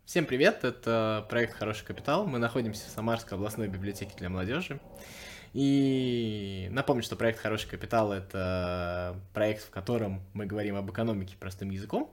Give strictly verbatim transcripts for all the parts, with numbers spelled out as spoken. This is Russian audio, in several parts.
Всем привет, это проект «Хороший капитал». Мы находимся в Самарской областной библиотеке для молодежи. И напомню, что проект «Хороший капитал» — это проект, в котором мы говорим об экономике простым языком,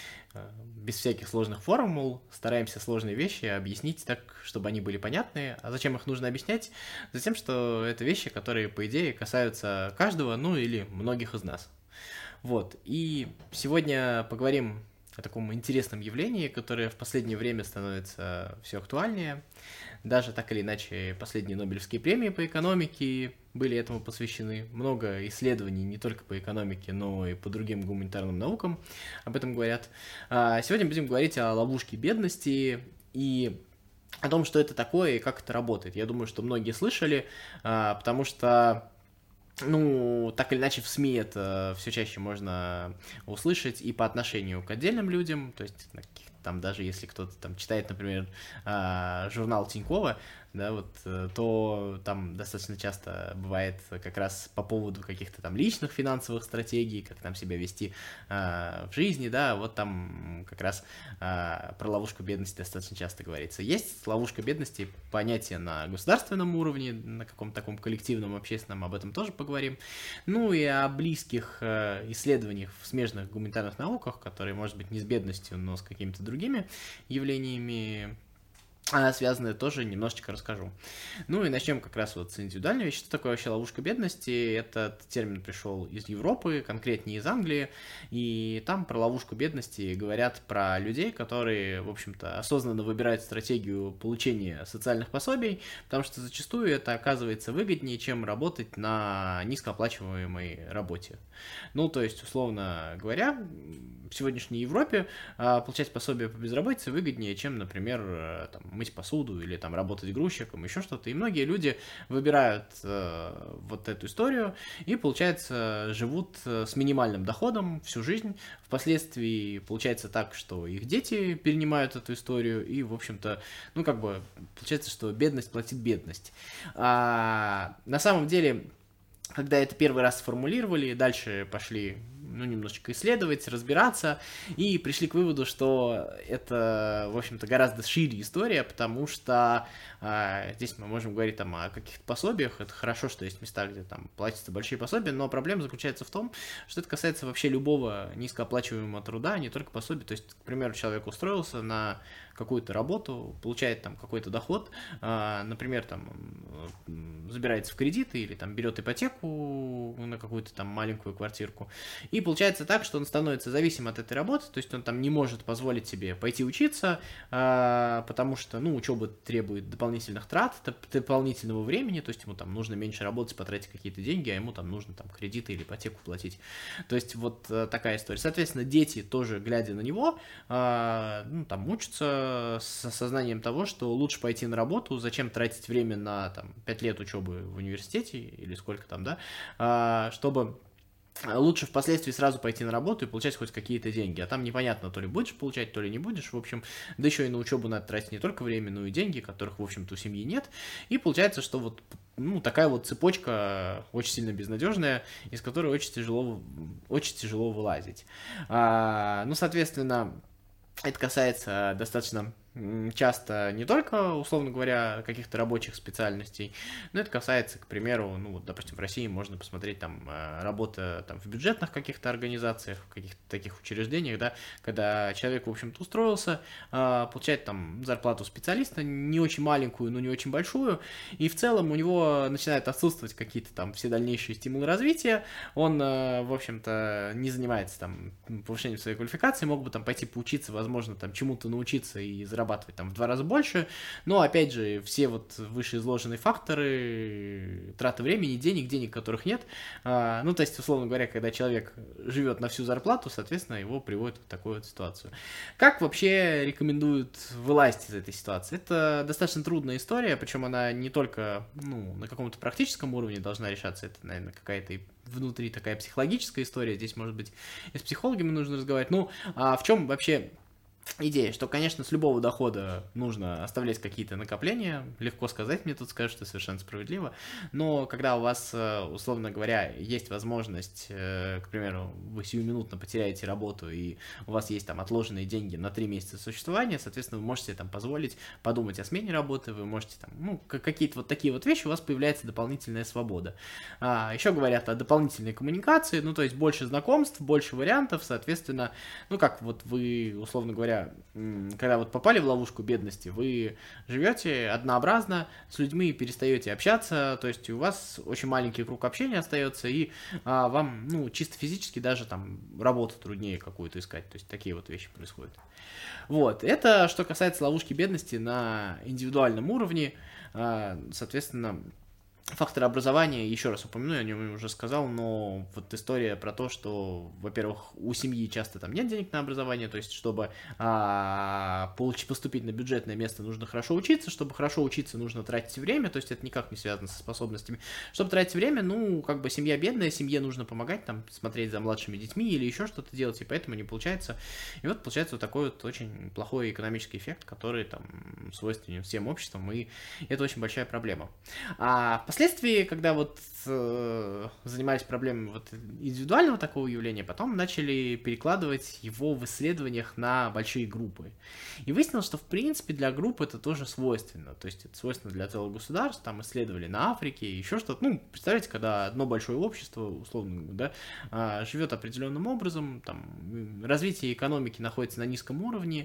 без всяких сложных формул, стараемся сложные вещи объяснить так, чтобы они были понятны. А зачем их нужно объяснять? Затем, что это вещи, которые, по идее, касаются каждого, ну или многих из нас. Вот, и сегодня поговорим о таком интересном явлении, которое в последнее время становится все актуальнее. Даже так или иначе, последние Нобелевские премии по экономике были этому посвящены. Много исследований не только по экономике, но и по другим гуманитарным наукам об этом говорят. А сегодня будем говорить о ловушке бедности и о том, что это такое и как это работает. Я думаю, что многие слышали, потому что ну, так или иначе, в СМИ это все чаще можно услышать и по отношению к отдельным людям, то есть там даже если кто-то там читает, например, журнал Тинькова, да, вот, то там достаточно часто бывает как раз по поводу каких-то там личных финансовых стратегий, как там себя вести а, в жизни, да, вот там как раз а, про ловушку бедности достаточно часто говорится. Есть ловушка бедности, понятие на государственном уровне, на каком-то таком коллективном, общественном, об этом тоже поговорим. Ну и о близких а, исследованиях в смежных гуманитарных науках, которые, может быть, не с бедностью, но с какими-то другими явлениями, связанные, тоже немножечко расскажу. Ну и начнем как раз вот с индивидуальной вещи. Что такое вообще ловушка бедности? Этот термин пришел из Европы, конкретнее из Англии, и там про ловушку бедности говорят про людей, которые, в общем-то, осознанно выбирают стратегию получения социальных пособий, потому что зачастую это оказывается выгоднее, чем работать на низкооплачиваемой работе. Ну, то есть, условно говоря, в сегодняшней Европе получать пособие по безработице выгоднее, чем, например, там, мыть посуду или там работать грузчиком, еще что-то. И многие люди выбирают э, вот эту историю и, получается, живут с минимальным доходом всю жизнь. Впоследствии получается так, что их дети перенимают эту историю и, в общем-то, ну, как бы, получается, что бедность платит бедность. А на самом деле, когда это первый раз сформулировали, дальше пошли ну, немножечко исследовать, разбираться, и пришли к выводу, что это, в общем-то, гораздо шире история, потому что а, здесь мы можем говорить там о каких-то пособиях, это хорошо, что есть места, где там платятся большие пособия, но проблема заключается в том, что это касается вообще любого низкооплачиваемого труда, а не только пособий, то есть, к примеру, человек устроился на какую-то работу, получает там какой-то доход, а, например, там забирается в кредиты или там берет ипотеку на какую-то там маленькую квартирку, и получается так, что он становится зависим от этой работы, то есть он там не может позволить себе пойти учиться, а, потому что, ну, учеба требует дополнительных трат, дополнительного времени, то есть ему там нужно меньше работать, потратить какие-то деньги, а ему там нужно там кредиты или ипотеку платить. То есть вот а, такая история. Соответственно, дети тоже, глядя на него, а, ну, там учатся с осознанием того, что лучше пойти на работу, зачем тратить время на там пять лет учебы в университете или сколько там, да, а, чтобы лучше впоследствии сразу пойти на работу и получать хоть какие-то деньги. А там непонятно, то ли будешь получать, то ли не будешь. В общем, да еще и на учебу надо тратить не только время, но и деньги, которых, в общем-то, у семьи нет. И получается, что вот ну, такая вот цепочка очень сильно безнадежная, из которой очень тяжело, очень тяжело вылазить. А, ну, соответственно, это касается достаточно часто не только, условно говоря, каких-то рабочих специальностей, но это касается, к примеру, ну, вот, допустим, в России можно посмотреть там работа там, в бюджетных каких-то организациях, в каких-то таких учреждениях, да, когда человек, в общем-то, устроился, получает там зарплату специалиста, не очень маленькую, но не очень большую, и в целом у него начинают отсутствовать какие-то там все дальнейшие стимулы развития, он, в общем-то, не занимается там повышением своей квалификации, мог бы там пойти поучиться, возможно, там чему-то научиться и зарабатывать зарабатывать там в два раза больше, но опять же все вот вышеизложенные факторы, траты времени, денег, денег которых нет, а, ну то есть условно говоря, когда человек живет на всю зарплату, соответственно его приводит в такую вот ситуацию. Как вообще рекомендуют вылазить из этой ситуации? Это достаточно трудная история, причем она не только ну, на каком-то практическом уровне должна решаться, это, наверное, какая-то внутри такая психологическая история, здесь может быть и с психологами нужно разговаривать, ну а в чем вообще идея, что, конечно, с любого дохода нужно оставлять какие-то накопления. Легко сказать, мне тут скажут, что совершенно справедливо. Но когда у вас, условно говоря, есть возможность, к примеру, вы сиюминутно потеряете работу, и у вас есть там отложенные деньги на три месяца существования, соответственно, вы можете там позволить подумать о смене работы, вы можете там, ну, какие-то вот такие вот вещи, у вас появляется дополнительная свобода. А, еще говорят о дополнительной коммуникации, ну, то есть больше знакомств, больше вариантов, соответственно, ну, как вот вы, условно говоря, когда вот попали в ловушку бедности, вы живете однообразно, с людьми перестаете общаться, то есть у вас очень маленький круг общения остается, и а, вам, ну, чисто физически даже там работу труднее какую-то искать, то есть такие вот вещи происходят. Вот, это что касается ловушки бедности на индивидуальном уровне, а, соответственно, фактор образования, еще раз упомяну, я о нем уже сказал, но вот история про то, что, во-первых, у семьи часто там нет денег на образование, то есть, чтобы а, получить, поступить на бюджетное место, нужно хорошо учиться, чтобы хорошо учиться, нужно тратить время, то есть, это никак не связано со способностями. Чтобы тратить время, ну, как бы семья бедная, семье нужно помогать, там, смотреть за младшими детьми или еще что-то делать, и поэтому не получается. И вот получается вот такой вот очень плохой экономический эффект, который там свойственен всем обществам, и это очень большая проблема. А впоследствии, когда вот э, занимались проблемами вот индивидуального такого явления, потом начали перекладывать его в исследованиях на большие группы. И выяснилось, что в принципе для групп это тоже свойственно. То есть это свойственно для целых государств, там исследовали на Африке, еще что-то. Ну, представляете, когда одно большое общество, условно, да, э, живет определенным образом, там, развитие экономики находится на низком уровне,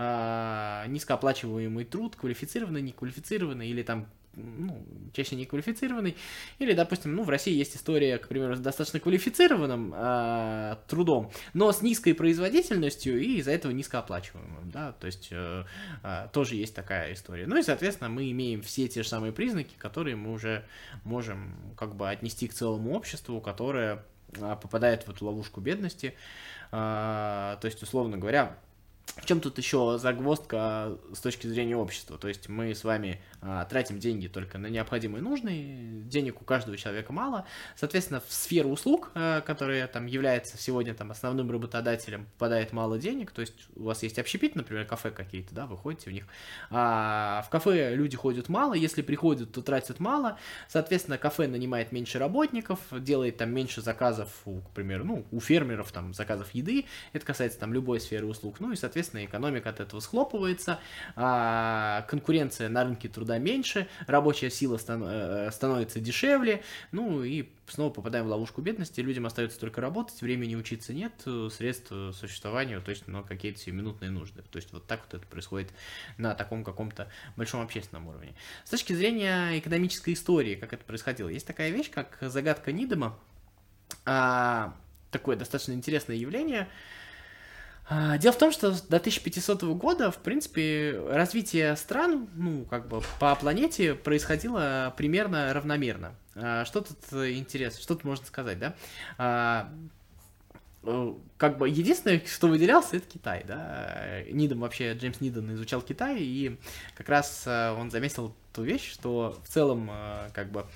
э, низкооплачиваемый труд, квалифицированный, неквалифицированный, или там ну, чаще неквалифицированный, или, допустим, ну, в России есть история, к примеру, с достаточно квалифицированным э, трудом, но с низкой производительностью и из-за этого низкооплачиваемым, да, то есть э, э, тоже есть такая история. Ну и, соответственно, мы имеем все те же самые признаки, которые мы уже можем как бы отнести к целому обществу, которое э, попадает в эту ловушку бедности, э, то есть, условно говоря, в чем тут еще загвоздка с точки зрения общества? То есть мы с вами а, тратим деньги только на необходимые и нужные, денег у каждого человека мало, соответственно, в сферу услуг, а, которая там является сегодня там основным работодателем, попадает мало денег, то есть у вас есть общепит, например, кафе какие-то, да, вы ходите в них, а в кафе люди ходят мало, если приходят, то тратят мало, соответственно, кафе нанимает меньше работников, делает там меньше заказов, у, к примеру, ну, у фермеров там заказов еды, это касается там любой сферы услуг, ну и, соответственно, Соответственно, экономика от этого схлопывается, а конкуренция на рынке труда меньше, рабочая сила станов- становится дешевле, ну и снова попадаем в ловушку бедности, людям остается только работать, времени учиться нет, средств существования, то есть, ну, какие-то сиюминутные нужды. То есть, вот так вот это происходит на таком каком-то большом общественном уровне. С точки зрения экономической истории, как это происходило, есть такая вещь, как загадка Нидема, а, такое достаточно интересное явление. Дело в том, что до тысяча пятисотого года, в принципе, развитие стран, ну, как бы по планете происходило примерно равномерно. Что тут интересно, что тут можно сказать, да? Как бы единственное, что выделялся, это Китай, да. Нидем вообще, Джеймс Нидем изучал Китай, и как раз он заметил ту вещь, что в целом, как бы,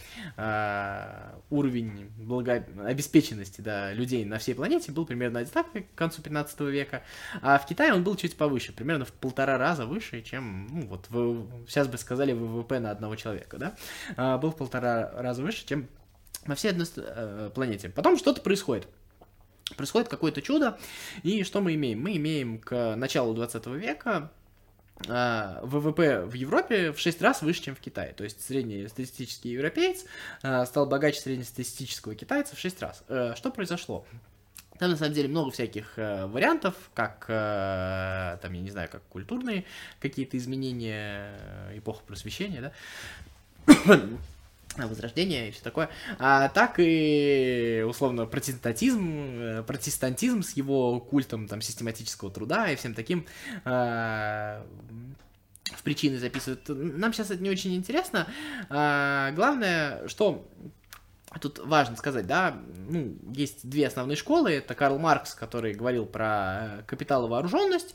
уровень благо... обеспеченности, да, людей на всей планете был примерно одинаковый к концу пятнадцатого века, а в Китае он был чуть повыше, примерно в полтора раза выше, чем, ну, вот, в... сейчас бы сказали, ВВП на одного человека, да, был в полтора раза выше, чем на всей одной планете. Потом что-то происходит. Происходит какое-то чудо, и что мы имеем? Мы имеем к началу двадцатого века э, ВВП в Европе в шесть раз выше, чем в Китае. То есть среднестатистический европеец э, стал богаче среднестатистического китайца в шесть раз. Э, что произошло? Там, на самом деле, много всяких э, вариантов, как, э, там, я не знаю, как культурные какие-то изменения, э, эпоха просвещения, да, Возрождение и все такое, а так и, условно, протестантизм, протестантизм с его культом там систематического труда и всем таким а, в причины записывают. Нам сейчас это не очень интересно. А, главное, что тут важно сказать, да, ну, есть две основные школы. Это Карл Маркс, который говорил про капитал и вооруженность.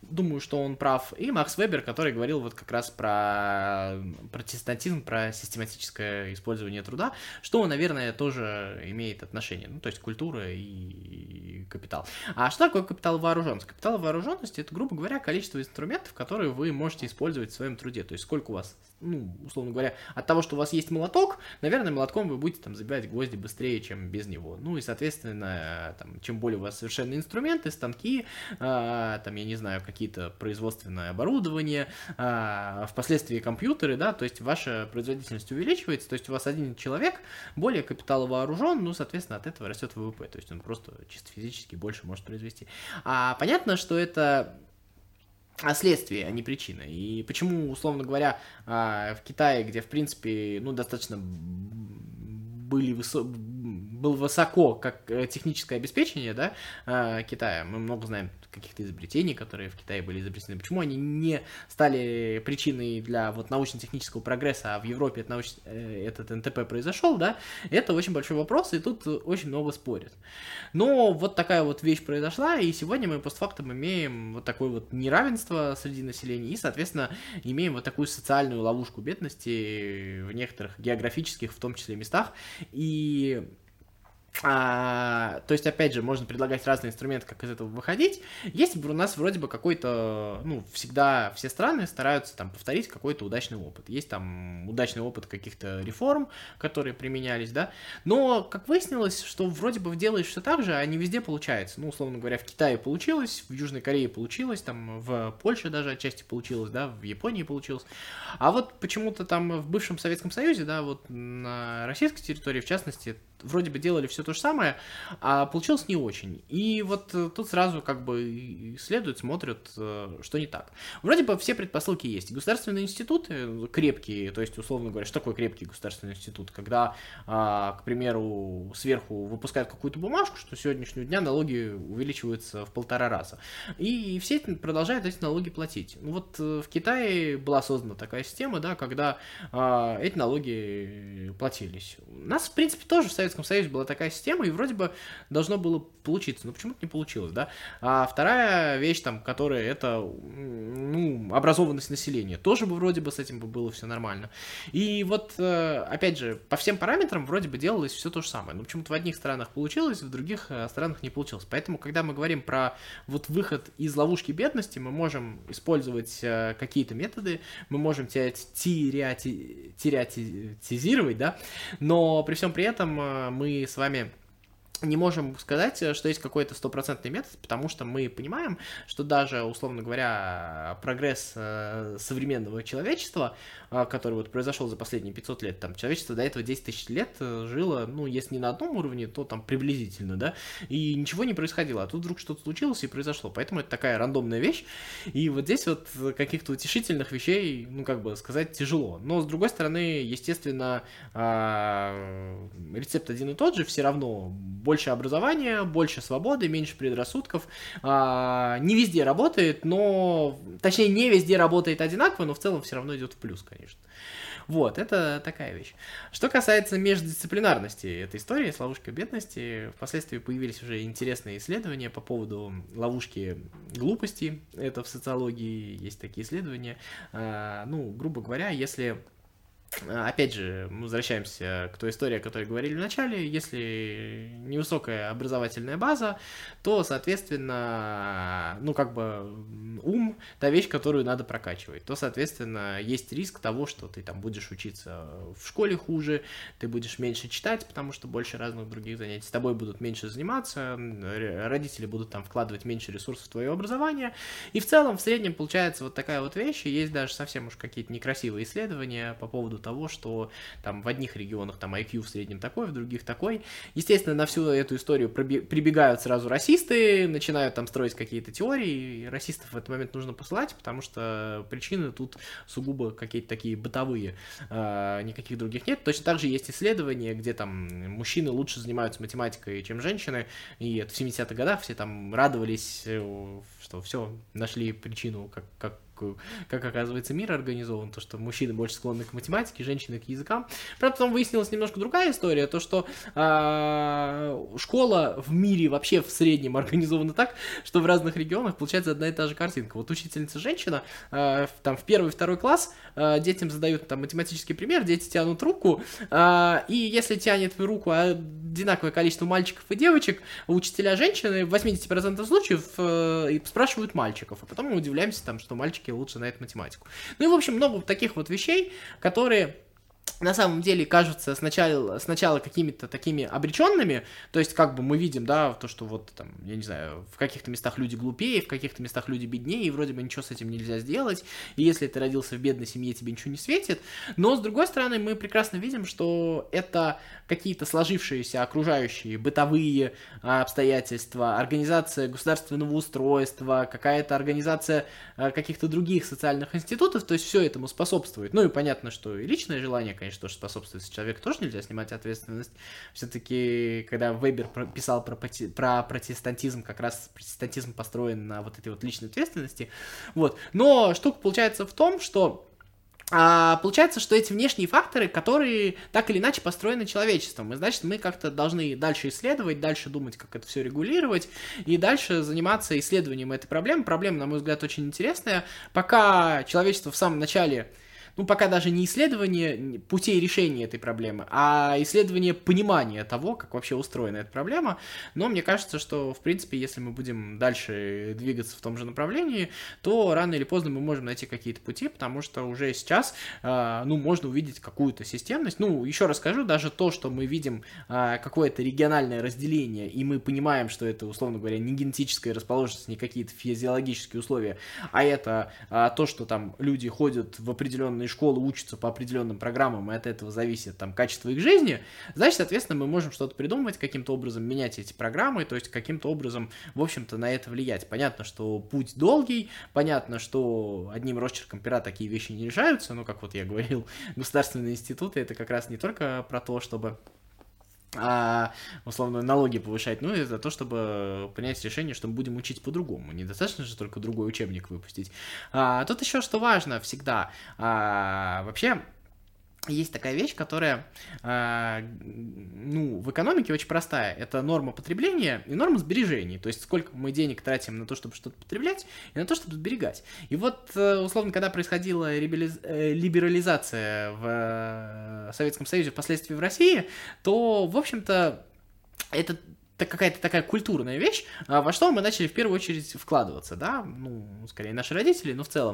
думаю, что он прав, и Макс Вебер, который говорил вот как раз про протестантизм, про систематическое использование труда, что, наверное, тоже имеет отношение, ну, то есть культура и капитал. А что такое капитал вооруженности? Капитал вооруженности — это, грубо говоря, количество инструментов, которые вы можете использовать в своем труде, то есть сколько у вас, ну, условно говоря, от того, что у вас есть молоток, наверное, молотком вы будете там забивать гвозди быстрее, чем без него. Ну и, соответственно, там, чем более у вас совершенные инструменты, станки, а, там, я не знаю, какие-то производственное оборудование, а, впоследствии компьютеры, да, то есть ваша производительность увеличивается, то есть у вас один человек более капиталовооружен, ну, соответственно, от этого растет ВВП, то есть он просто чисто физически больше может произвести. А понятно, что это а следствие, а не причина. И почему, условно говоря, в Китае, где, в принципе, ну, достаточно были высо... было высоко как техническое обеспечение, да, Китая, мы много знаем каких-то изобретений, которые в Китае были изобретены, почему они не стали причиной для вот научно-технического прогресса, а в Европе этот, науч... этот эн тэ пэ произошел, да, это очень большой вопрос, и тут очень много спорят. Но вот такая вот вещь произошла, и сегодня мы постфактум имеем вот такое вот неравенство среди населения, и, соответственно, имеем вот такую социальную ловушку бедности в некоторых географических, в том числе, местах, и... А, то есть, опять же, можно предлагать разные инструменты, как из этого выходить. Есть у нас вроде бы какой-то, ну, всегда все страны стараются там повторить какой-то удачный опыт. Есть там удачный опыт каких-то реформ, которые применялись, да. Но, как выяснилось, что вроде бы делаешь все так же, а не везде получается. Ну, условно говоря, в Китае получилось, в Южной Корее получилось, там в Польше даже отчасти получилось, да, в Японии получилось. А вот почему-то там в бывшем Советском Союзе, да, вот на российской территории, в частности, вроде бы делали все то же самое, а получилось не очень. И вот тут сразу как бы исследуют, смотрят, что не так. Вроде бы все предпосылки есть. Государственные институты крепкие, то есть, условно говоря, что такое крепкий государственный институт? Когда, к примеру, сверху выпускают какую-то бумажку, что с сегодняшнего дня налоги увеличиваются в полтора раза. И все продолжают эти налоги платить. Ну вот в Китае была создана такая система, да, когда эти налоги платились. У нас, в принципе, тоже в Советском Союзе была такая система, и вроде бы должно было получиться, но почему-то не получилось, да. А вторая вещь, там, которая, это, ну, образованность населения, тоже бы вроде бы с этим бы было все нормально. И вот, опять же, по всем параметрам вроде бы делалось все то же самое, но почему-то в одних странах получилось, в других странах не получилось. Поэтому, когда мы говорим про вот выход из ловушки бедности, мы можем использовать какие-то методы, мы можем теоретизировать, да, но при всем при этом мы с вами не можем сказать, что есть какой-то стопроцентный метод, потому что мы понимаем, что даже, условно говоря, прогресс современного человечества, который вот произошел за последние пятьсот лет, там, человечество до этого десять тысяч лет жило, ну, если не на одном уровне, то там приблизительно, да, и ничего не происходило, а тут вдруг что-то случилось и произошло, поэтому это такая рандомная вещь, и вот здесь вот каких-то утешительных вещей, ну, как бы сказать, тяжело, но, с другой стороны, естественно, рецепт один и тот же, все равно больше образования, больше свободы, меньше предрассудков. А, не везде работает, но... Точнее, не везде работает одинаково, но в целом все равно идет в плюс, конечно. Вот, это такая вещь. Что касается междисциплинарности этой истории с ловушкой бедности, впоследствии появились уже интересные исследования по поводу ловушки глупости. Это в социологии есть такие исследования. А, ну, грубо говоря, если... Опять же, мы возвращаемся к той истории, о которой говорили в начале. Если невысокая образовательная база, то, соответственно, ну, как бы ум — та вещь, которую надо прокачивать. То, соответственно, есть риск того, что ты там будешь учиться в школе хуже, ты будешь меньше читать, потому что больше разных других занятий, с тобой будут меньше заниматься, родители будут там вкладывать меньше ресурсов в твое образование. И в целом, в среднем, получается вот такая вот вещь. И есть даже совсем уж какие-то некрасивые исследования по поводу того, что там в одних регионах там ай кью в среднем такой, в других такой. Естественно, на всю эту историю прибегают сразу расисты, начинают там строить какие-то теории, и расистов в этот момент нужно посылать, потому что причины тут сугубо какие-то такие бытовые, а, никаких других нет. Точно так же есть исследования, где там мужчины лучше занимаются математикой, чем женщины, и это в семидесятых годах все там радовались, что все, нашли причину, как, как такой, как оказывается мир организован, то, что мужчины больше склонны к математике, женщины к языкам. Правда, потом выяснилась немножко другая история, то, что э, школа в мире вообще в среднем организована так, что в разных регионах получается одна и та же картинка. Вот учительница женщина, э, там в первый, второй класс э, детям задают там математический пример, дети тянут руку, э, и если тянет в руку одинаковое количество мальчиков и девочек, учителя женщины в восемьдесят процентов случаев э, спрашивают мальчиков, а потом мы удивляемся, там, что мальчики лучше знают математику. Ну и, в общем, много таких вот вещей, которые на самом деле кажутся сначала, сначала какими-то такими обреченными, то есть как бы мы видим, да, то, что вот там, я не знаю, в каких-то местах люди глупее, в каких-то местах люди беднее, и вроде бы ничего с этим нельзя сделать, и если ты родился в бедной семье, тебе ничего не светит, но с другой стороны мы прекрасно видим, что это какие-то сложившиеся окружающие бытовые а, обстоятельства, организация государственного устройства, какая-то организация а, каких-то других социальных институтов, то есть все этому способствует, ну и понятно, что и личное желание, конечно, тоже способствует. С человека тоже нельзя снимать ответственность. Все-таки, когда Вебер писал про, про протестантизм, как раз протестантизм построен на вот этой вот личной ответственности. Вот. Но штука получается в том, что А, получается, что эти внешние факторы, которые так или иначе построены человечеством, и значит, мы как-то должны дальше исследовать, дальше думать, как это все регулировать, и дальше заниматься исследованием этой проблемы. Проблема, на мой взгляд, очень интересная. Пока человечество в самом начале, ну, пока даже не исследование путей решения этой проблемы, а исследование понимания того, как вообще устроена эта проблема. Но мне кажется, что, в принципе, если мы будем дальше двигаться в том же направлении, то рано или поздно мы можем найти какие-то пути, потому что уже сейчас, э, ну, можно увидеть какую-то системность. Ну, еще раз скажу, даже то, что мы видим э, какое-то региональное разделение, и мы понимаем, что это, условно говоря, не генетическая расположенность, не какие-то физиологические условия, а это э, то, что там люди ходят в определенные школы, учатся по определенным программам, и от этого зависит там качество их жизни, значит, соответственно, мы можем что-то придумывать, каким-то образом менять эти программы, то есть каким-то образом, в общем-то, на это влиять. Понятно, что путь долгий, понятно, что одним росчерком пера такие вещи не решаются, но, как вот я говорил, государственные институты — это как раз не только про то, чтобы а, условно, налоги повышать, ну, это то, чтобы принять решение, что мы будем учить по-другому. Недостаточно же только другой учебник выпустить. А, тут еще что важно всегда. А, вообще, есть такая вещь, которая, э, ну, в экономике очень простая. Это норма потребления и норма сбережений. То есть, сколько мы денег тратим на то, чтобы что-то потреблять, и на то, чтобы сберегать. И вот, э, условно, когда происходила либерализация в Советском Союзе, впоследствии в России, то, в общем-то, это какая-то такая культурная вещь, во что мы начали в первую очередь вкладываться, да, ну, скорее наши родители, но в целом.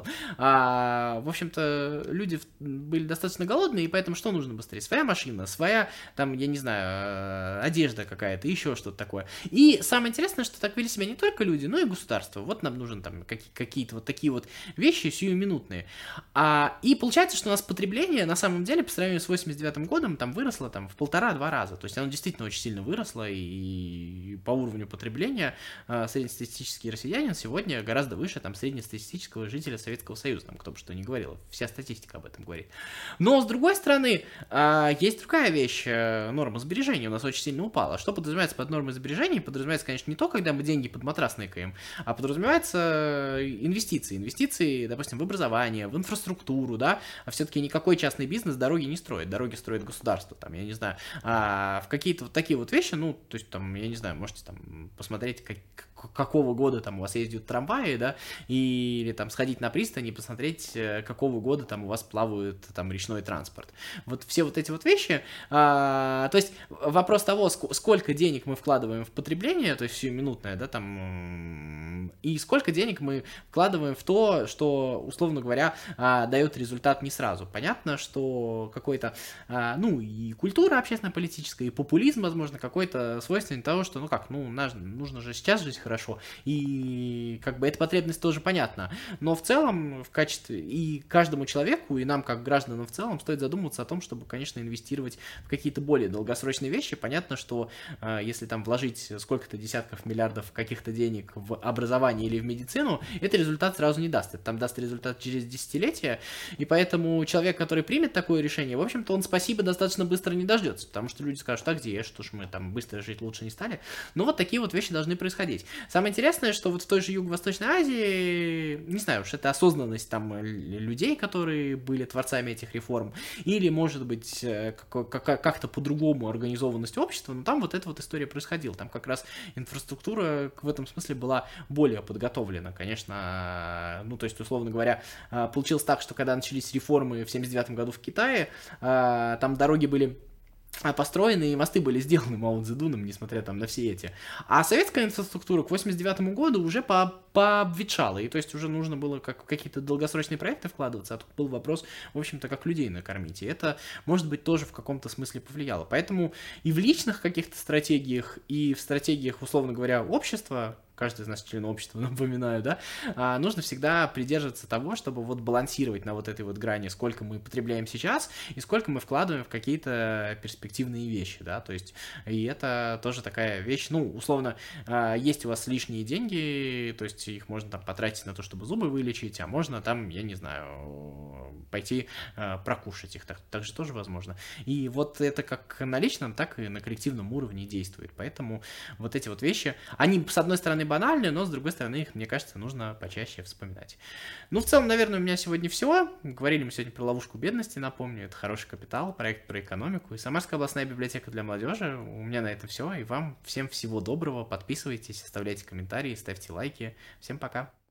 А, в общем-то, люди были достаточно голодные, и поэтому что нужно быстрее? Своя машина, своя, там, я не знаю, одежда какая-то, еще что-то такое. И самое интересное, что так вели себя не только люди, но и государство. Вот нам нужны там какие-то вот такие вот вещи сиюминутные. А, и получается, что у нас потребление на самом деле по сравнению с восемьдесят девятым годом там выросло там в полтора-два раза. То есть оно действительно очень сильно выросло, и И по уровню потребления э, среднестатистический россиянин сегодня гораздо выше там, среднестатистического жителя Советского Союза, там, кто бы что ни говорил, вся статистика об этом говорит. Но, с другой стороны, э, есть другая вещь, э, норма сбережений у нас очень сильно упала. Что подразумевается под нормой сбережений? Подразумевается, конечно, не то, когда мы деньги под матрас ныкаем, а подразумевается инвестиции. Инвестиции, допустим, в образование, в инфраструктуру, да, а все-таки никакой частный бизнес дороги не строит, дороги строит государство, там, я не знаю, а в какие-то вот такие вот вещи, ну, то есть, там, я не знаю, можете там посмотреть, как, какого года там у вас ездят трамваи, да, или там сходить на пристань и посмотреть, какого года там у вас плавает там речной транспорт. Вот все вот эти вот вещи, а, то есть вопрос того, ск- сколько денег мы вкладываем в потребление, то есть сиюминутное, да, там, и сколько денег мы вкладываем в то, что, условно говоря, а, дает результат не сразу. Понятно, что какой-то, а, ну, и культура общественно-политическая, и популизм, возможно, какой-то свойственен того, что, ну как, ну, нужно же сейчас жить хорошо, и как бы эта потребность тоже понятна, но в целом в качестве, и каждому человеку, и нам как гражданам в целом стоит задуматься о том, чтобы, конечно, инвестировать в какие-то более долгосрочные вещи. Понятно, что э, если там вложить сколько-то десятков миллиардов каких-то денег в образование или в медицину, это результат сразу не даст, это там даст результат через десятилетия, и поэтому человек, который примет такое решение, в общем-то, он спасибо достаточно быстро не дождется, потому что люди скажут, а где, что ж мы там быстро жить лучше не стали. Но вот такие вот вещи должны происходить. Самое интересное, что вот в той же Юго-Восточной Азии, не знаю уж, это осознанность там л- людей, которые были творцами этих реформ, или, может быть, э, како- как- как-то по-другому организованность общества, но там вот эта вот история происходила. Там как раз инфраструктура в этом смысле была более подготовлена. Конечно, ну, то есть, условно говоря, а, получилось так, что когда начались реформы в семьдесят девятом году в Китае, а, там дороги были а, построены, и мосты были сделаны Мао Цзэдуном, несмотря там на все эти. А советская инфраструктура к восемьдесят девятому году уже по пообветшала, и то есть уже нужно было как в какие-то долгосрочные проекты вкладываться, а тут был вопрос, в общем-то, как людей накормить, и это, может быть, тоже в каком-то смысле повлияло. Поэтому и в личных каких-то стратегиях, и в стратегиях, условно говоря, общества, каждый из нас член общества, напоминаю, да, а, нужно всегда придерживаться того, чтобы вот балансировать на вот этой вот грани, сколько мы потребляем сейчас и сколько мы вкладываем в какие-то перспективные вещи, да, то есть, и это тоже такая вещь, ну, условно, а, есть у вас лишние деньги, то есть их можно там потратить на то, чтобы зубы вылечить, а можно там, я не знаю, пойти а, прокушать их, так, так же тоже возможно. И вот это как на личном, так и на коллективном уровне действует, поэтому вот эти вот вещи, они, с одной стороны, банальные, но, с другой стороны, их, мне кажется, нужно почаще вспоминать. Ну, в целом, наверное, у меня сегодня все. Говорили мы сегодня про ловушку бедности, напомню, это «Хороший капитал», проект про экономику и Самарская областная библиотека для молодежи. У меня на этом все, и вам всем всего доброго, подписывайтесь, оставляйте комментарии, ставьте лайки. Всем пока!